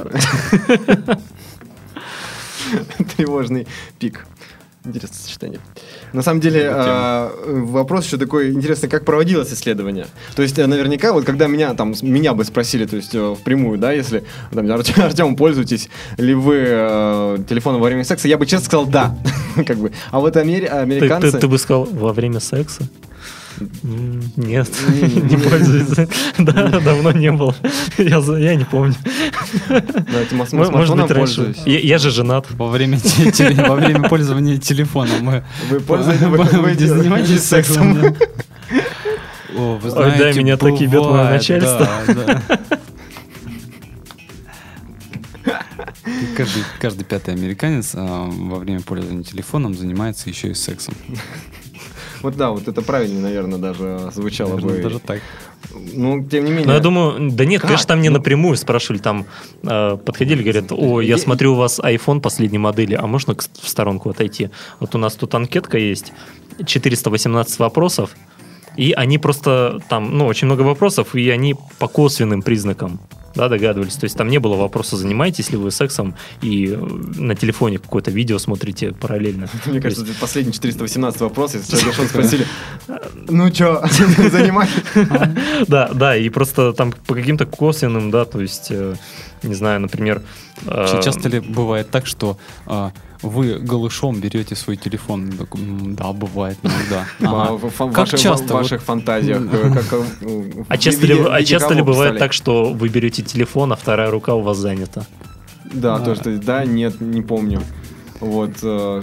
Тревожный пик. Интересное сочетание. На самом деле, Тема. а, вопрос еще такой интересный, как проводилось исследование. То есть, э, наверняка, вот когда меня там с- меня бы спросили, то есть э, впрямую, да, если там, Артем, Артем, пользуетесь ли вы э, телефоном во время секса, я бы честно сказал да. Как бы. А вот амери- Ты, американцы... ты- ты бы сказал, во время секса? М, Нет, Не- не- не пользуется. Да, давно не было. Я за- я не помню. Да, этим Может смартфоном быть, раньше. пользуюсь. Я я же женат. Во время, те- теле- во время пользования телефоном мы Вы пользуетесь, вы, вы- вы Вы занимаетесь сексом? сексом. да? О, вы Ой, дай знаете, меня так ебет мое бывает, начальство. да, да. И Каждый, каждый пятый американец а, во время пользования телефоном занимается еще и сексом. Вот да, вот это правильнее, наверное, даже звучало Наверное, бы. даже так. Ну, тем не менее. Но я думаю, да нет, Как? конечно, там не Ну- напрямую спрашивали, там э, подходили, говорят, о, я Е- смотрю, у вас iPhone последней модели, а можно к- в сторонку отойти? Вот у нас тут анкетка есть, четыреста восемнадцать вопросов, и они просто там, ну, очень много вопросов, и они по косвенным признакам. да, догадывались. То есть там не было вопроса, занимаетесь ли вы сексом и на телефоне какое-то видео смотрите параллельно. Мне кажется, это последний четыреста восемнадцатый вопрос, если человек зашел, спросили, ну чё, занимаетесь? Да, да, и просто там по каким-то косвенным, да, то есть, не знаю, например... Часто ли бывает так, что вы голышом берете свой телефон? Да, бывает иногда. Ага. Как ваши, часто? В ваших вот... фантазиях. Как, а часто, ли, а часто ли бывает так, что вы берете телефон, а вторая рука у вас занята? Да, а. то, что да, нет, не помню. Вот. В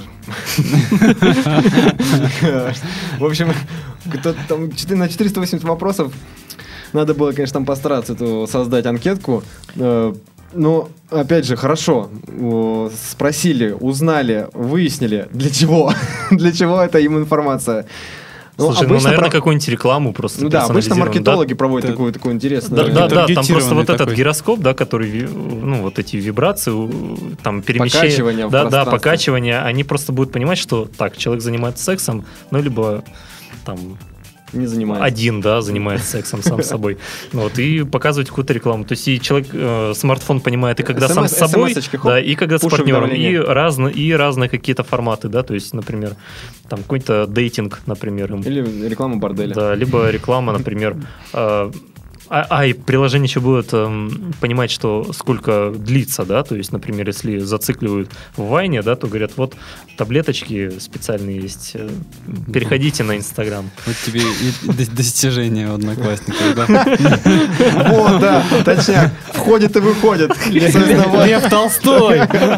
общем, на четыреста восемьдесят вопросов надо было, конечно, там постараться создать анкетку. Но, опять же, хорошо, спросили, узнали, выяснили, для чего, для чего это им информация. Слушай, ну, ну наверное, про... какую-нибудь рекламу просто. Ну да, обычно маркетологи да? проводят да. такую, такую интересную. Да, да, да, там просто вот такой. Этот гироскоп, да, который, ну, вот эти вибрации, там перемещение. Покачивание в да, да, покачивание, они просто будут понимать, что так, человек занимается сексом, ну, либо там... Не занимается. Один, да, занимается сексом сам с собой. Вот, и показывать какую-то рекламу. То есть и человек, э, смартфон понимает и когда сам с собой, да, и когда с партнером, и, разно, и разные какие-то форматы, да, то есть, например, там какой-то дейтинг, например. Им. Или реклама борделя. Да, либо реклама, например, э, А, а, и приложение еще будет э, понимать, что сколько длится, да, то есть, например, если зацикливают в Вайне, да, то говорят, вот таблеточки специальные есть, переходите на Инстаграм. Вот тебе и достижение у одноклассников, да? Вот, да, точняк, входит и выходит. Лев Толстой!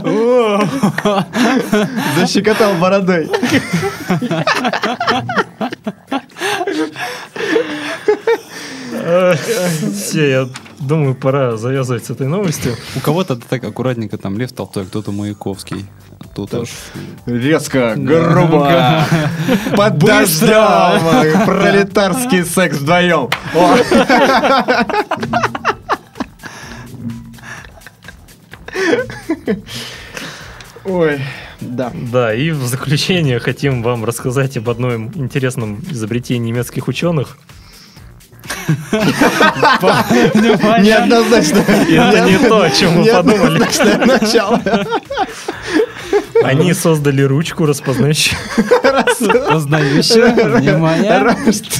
Защекотал бородой. Все, я думаю, пора завязывать с этой новостью. У кого-то так аккуратненько там Лев Толстой, кто-то Маяковский. Тут аж... Резко, грубо, под дождем, пролетарский секс вдвоем. Ой, да. Да, и в заключение хотим вам рассказать об одном интересном изобретении немецких ученых. Неоднозначно. Это не то, о чем мы подумали. Начало. Они создали ручку, распознающую. Распознающую, внимание,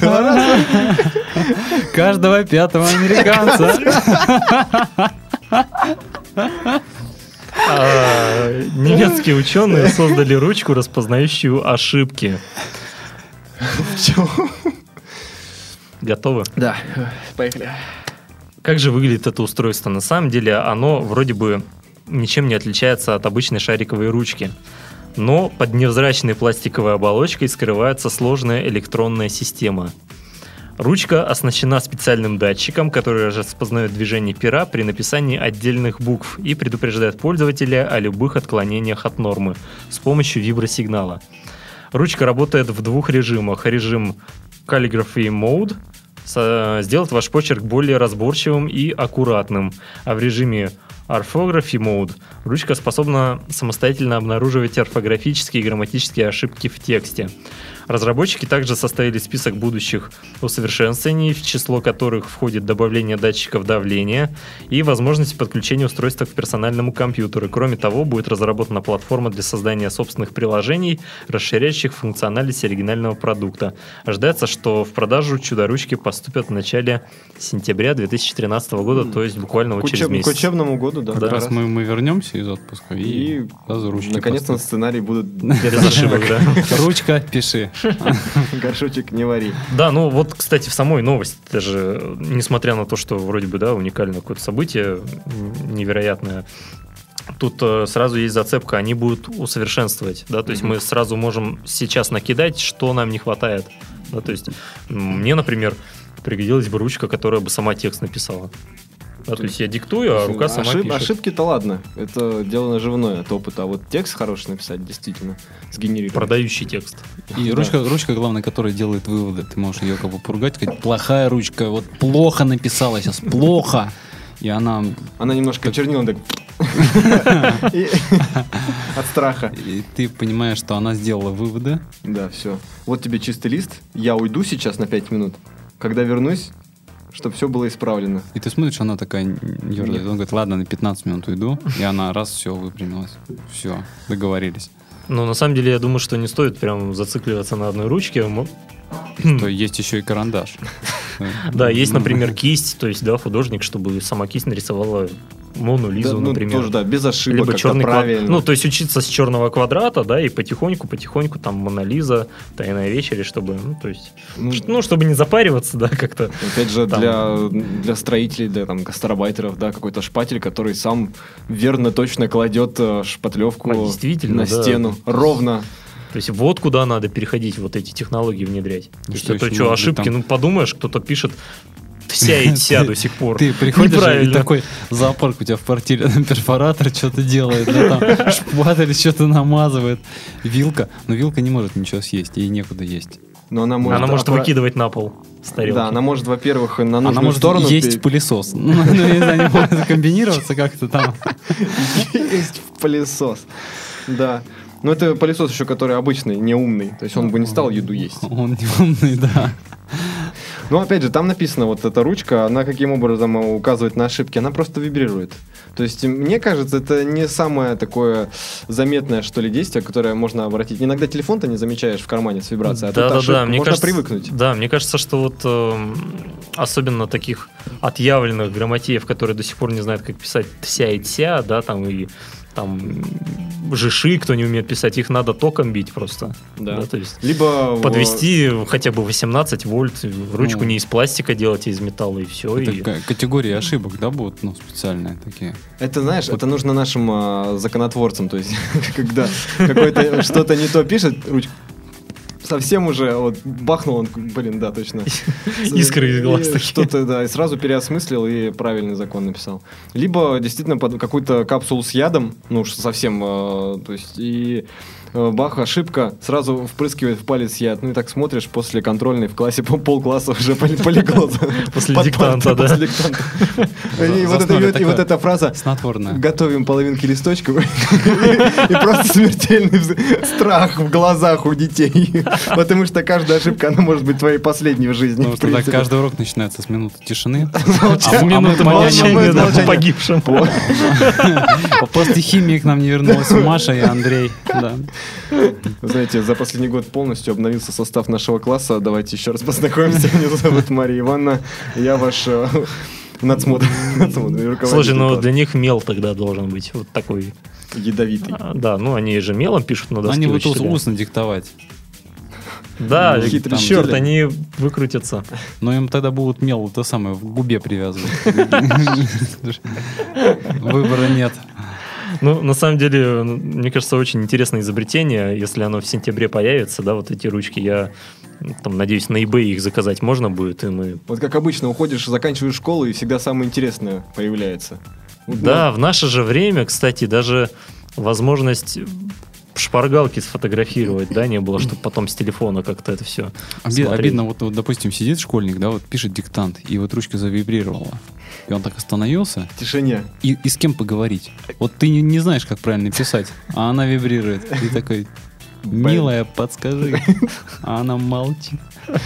каждого пятого американца. А, немецкие ученые создали ручку, распознающую ошибки. Чего? Готовы? Да, поехали. Как же выглядит это устройство? На самом деле оно вроде бы ничем не отличается от обычной шариковой ручки. Но под невзрачной пластиковой оболочкой скрывается сложная электронная система. Ручка оснащена специальным датчиком, который распознает движение пера при написании отдельных букв и предупреждает пользователя о любых отклонениях от нормы с помощью вибросигнала. Ручка работает в двух режимах. Режим Calligraphy Mode сделает ваш почерк более разборчивым и аккуратным, а в режиме Orthography Mode ручка способна самостоятельно обнаруживать орфографические и грамматические ошибки в тексте. Разработчики также составили список будущих усовершенствований, в число которых входит добавление датчиков давления и возможность подключения устройства к персональному компьютеру. Кроме того, будет разработана платформа для создания собственных приложений, расширяющих функциональность оригинального продукта. Ожидается, что в продажу чудо-ручки поступят в начале сентября две тысячи тринадцатого года, то есть буквально вот через месяц. К учебному году, да. да. Раз мы, мы вернемся из отпуска и, и наконец-то сценарий будут без ошибок, да. Ручка, пиши. Горшочек не вари. Да, ну вот, кстати, в самой новости даже, несмотря на то, что вроде бы, да, уникальное какое-то событие, невероятное, тут э, сразу есть зацепка, они будут усовершенствовать, да, то есть mm-hmm. мы сразу можем сейчас накидать, что нам не хватает, да, то есть мне, например, пригодилась бы ручка, которая бы сама текст написала. Да, то есть я диктую, а рука сама Ошиб, пишет. Ошибки-то ладно, это дело наживное от опыта, а вот текст хороший написать действительно, сгенерировать. Продающий текст. И да. ручка, ручка, главное, которая делает выводы. Ты можешь ее как бы поругать, сказать, плохая ручка, вот плохо написала сейчас, плохо. И она... Она немножко чернила так... От страха. И ты понимаешь, что она сделала выводы. Да, все. Вот тебе чистый лист, я уйду сейчас на пять минут, когда вернусь, чтобы все было исправлено. И ты смотришь, она такая ерзает. Он говорит, ладно, на пятнадцать минут уйду. И она раз, все, выпрямилась. Все, договорились. Но на самом деле я думаю, что не стоит прям зацикливаться на одной ручке. Что есть еще и карандаш. Да, есть, например, кисть, то есть, да, художник, чтобы сама кисть нарисовала Мону Лизу, Да, ну, например. тоже, да, без ошибок, Либо как-то черный правильно. квадрат. Ну, то есть учиться с черного квадрата, да, и потихоньку, потихоньку там Мона Лиза, Тайная вечеря, чтобы, ну, то есть, Ну, ш- ну, чтобы не запариваться, да, как-то. Опять же, Там- для, для строителей, для там, гастарбайтеров, да, какой-то шпатель, который сам верно, точно кладет э, шпатлевку А, действительно, на да. стену. Ровно. То есть вот куда надо переходить, вот эти технологии внедрять. То есть что это еще что, может быть ошибки, там? ну, подумаешь, кто-то пишет вся и вся до сих пор. Ты приходишь и Неправильно. такой зоопарк у тебя в квартире, там перфоратор что-то делает, да, там шпатель что-то намазывает. Вилка, но вилка не может ничего съесть, ей некуда есть. Но она может, Она может аккура- выкидывать на пол с тарелки. Да, она может, во-первых, на нужную Она может сторону есть пе- пылесос. Ну, ну, я не знаю, не может комбинироваться как-то там. есть пылесос. Да. Но это пылесос еще, который обычный, не умный. То есть он бы не стал еду есть. Он не умный, да. Но опять же, там написано, вот эта ручка, она каким образом указывает на ошибки, она просто вибрирует. То есть, мне кажется, это не самое такое заметное, что ли, действие, которое можно обратить. Иногда телефон-то не замечаешь в кармане с вибрацией, а тут Да, да, ошибка. да, мне Можно кажется, привыкнуть. Да, мне кажется, что вот эм, особенно таких отъявленных грамотеев, которые до сих пор не знают, как писать тся и тся, да, там и там жиши, кто не умеет писать, их надо током бить просто. Да. то есть Либо... подвести хотя бы восемнадцать вольт, ручку Ну, не из пластика делать, а из металла, и все. Это И... к- категории ошибок, да, будут, ну, специальные такие. Это, знаешь, это нужно нашим а, законотворцам, то есть, когда какой-то что-то не то пишет, ручка совсем уже вот бахнул он, блин, да, точно. Искры из глаз И такие. Что-то, да, и сразу переосмыслил и правильный закон написал. Либо действительно под какую-то капсулу с ядом, ну уж совсем, э, то есть и э, бах, ошибка, сразу впрыскивает в палец яд. Ну и так смотришь, после контрольной в классе пол- полкласса уже поли- полегло. После Под диктанта, партой, да. после диктанта. И вот это- Заснули и вот- и такое. вот эта фраза Снотворное. «Готовим половинки листочков» и просто смертельный вз- страх в глазах у детей. Потому что каждая ошибка, она может быть твоей последней в жизни. Потому в что тогда принципе. каждый урок начинается с минуты тишины. Молчание. А мы- а мы Минута понятия молчания, не Молчание. да, Молчание. погибшим. После химии к нам не вернулась Маша и Андрей. Да. Вы знаете, за последний год полностью обновился состав нашего класса. Давайте еще раз познакомимся. Меня зовут Мария Ивановна. Я ваш э, надсмотр. надсмотр, руководитель Слушай, ну класса. для них мел тогда должен быть вот такой. Ядовитый. А, Да, ну они же мелом пишут на доске Они будут учителя. устно диктовать. Да, Ну, хитрые черт, учителя. они выкрутятся. Но им тогда будут мел то самое в губе привязывать. Выбора нет. Ну, на самом деле, ну, мне кажется, очень интересное изобретение. Если оно в сентябре появится, да, вот эти ручки, я ну, там, надеюсь, на eBay их заказать можно будет, и мы... Вот как обычно, уходишь, заканчиваешь школу, и всегда самое интересное появляется. Вот, Да, в наше же время, кстати, даже возможность шпаргалки сфотографировать, да, не было, чтобы потом с телефона как-то это все Оби- Обидно, вот, вот, допустим, сидит школьник, да, вот пишет диктант, и вот ручка завибрировала. И он так остановился. в тишине. И, и с кем поговорить? Вот ты не, не знаешь, как правильно писать, а она вибрирует. И такой, милая, подскажи. А она молчит.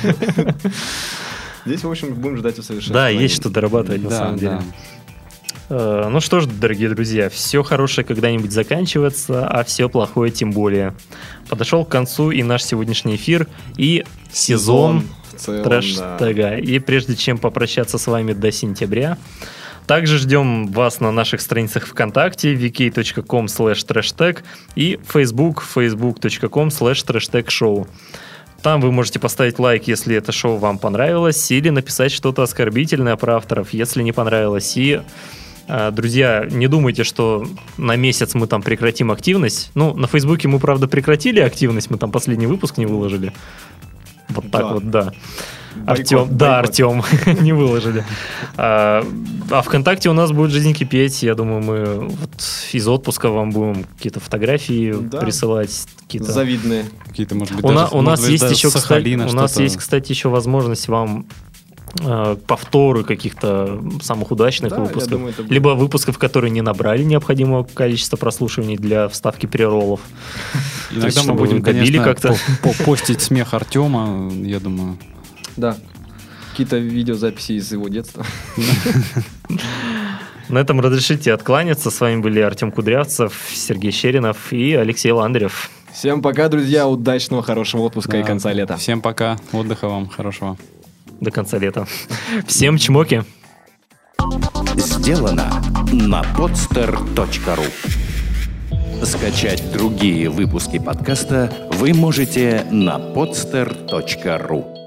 Здесь, в общем, будем ждать усовершенствования. Да, есть что дорабатывать, на Да, самом деле. да. Э, Ну что ж, дорогие друзья, все хорошее когда-нибудь заканчивается, а все плохое тем более. Подошел к концу и наш сегодняшний эфир, и сезон в целом, да. трэш-тега. И прежде чем попрощаться с вами до сентября, также ждем вас на наших страницах ВКонтакте ви кей точка ком слэш трэштег и Facebook facebook точка ком слэш трэштег шоу. Там вы можете поставить лайк, если это шоу вам понравилось, или написать что-то оскорбительное про авторов, если не понравилось. И, э, друзья, не думайте, что на месяц мы там прекратим активность. Ну, на Фейсбуке мы, правда, прекратили активность, мы там последний выпуск не выложили. Вот так Да. вот, да. Бойкот, Артем, да, бойкот. Артем, не выложили. А, а ВКонтакте у нас будет жизнь кипеть. Я думаю, мы вот из отпуска вам будем какие-то фотографии Да. присылать. Какие-то... Завидные. Какие-то, может быть, У, на- даже- у нас может быть, есть даже еще, с Сахалина кстати, у нас что-то. есть, кстати, еще возможность вам э, повторы каких-то самых удачных Да, я выпусков, думаю, это будет. либо выпусков, которые не набрали необходимого количества прослушиваний для вставки прероллов. То есть, Иногда мы чтобы будем, вы добили конечно, как-то. по- по- постить смех Артема, я думаю. Да. какие-то видеозаписи из его детства. На этом разрешите откланяться. С вами были Артем Кудрявцев, Сергей Щеринов и Алексей Ландарев. Всем пока, друзья. Удачного, хорошего отпуска Да. и конца лета. Всем пока. Отдыха вам хорошего. До конца лета. Всем чмоки. Сделано на подстер точка ру. Скачать другие выпуски подкаста вы можете на подстер точка ру.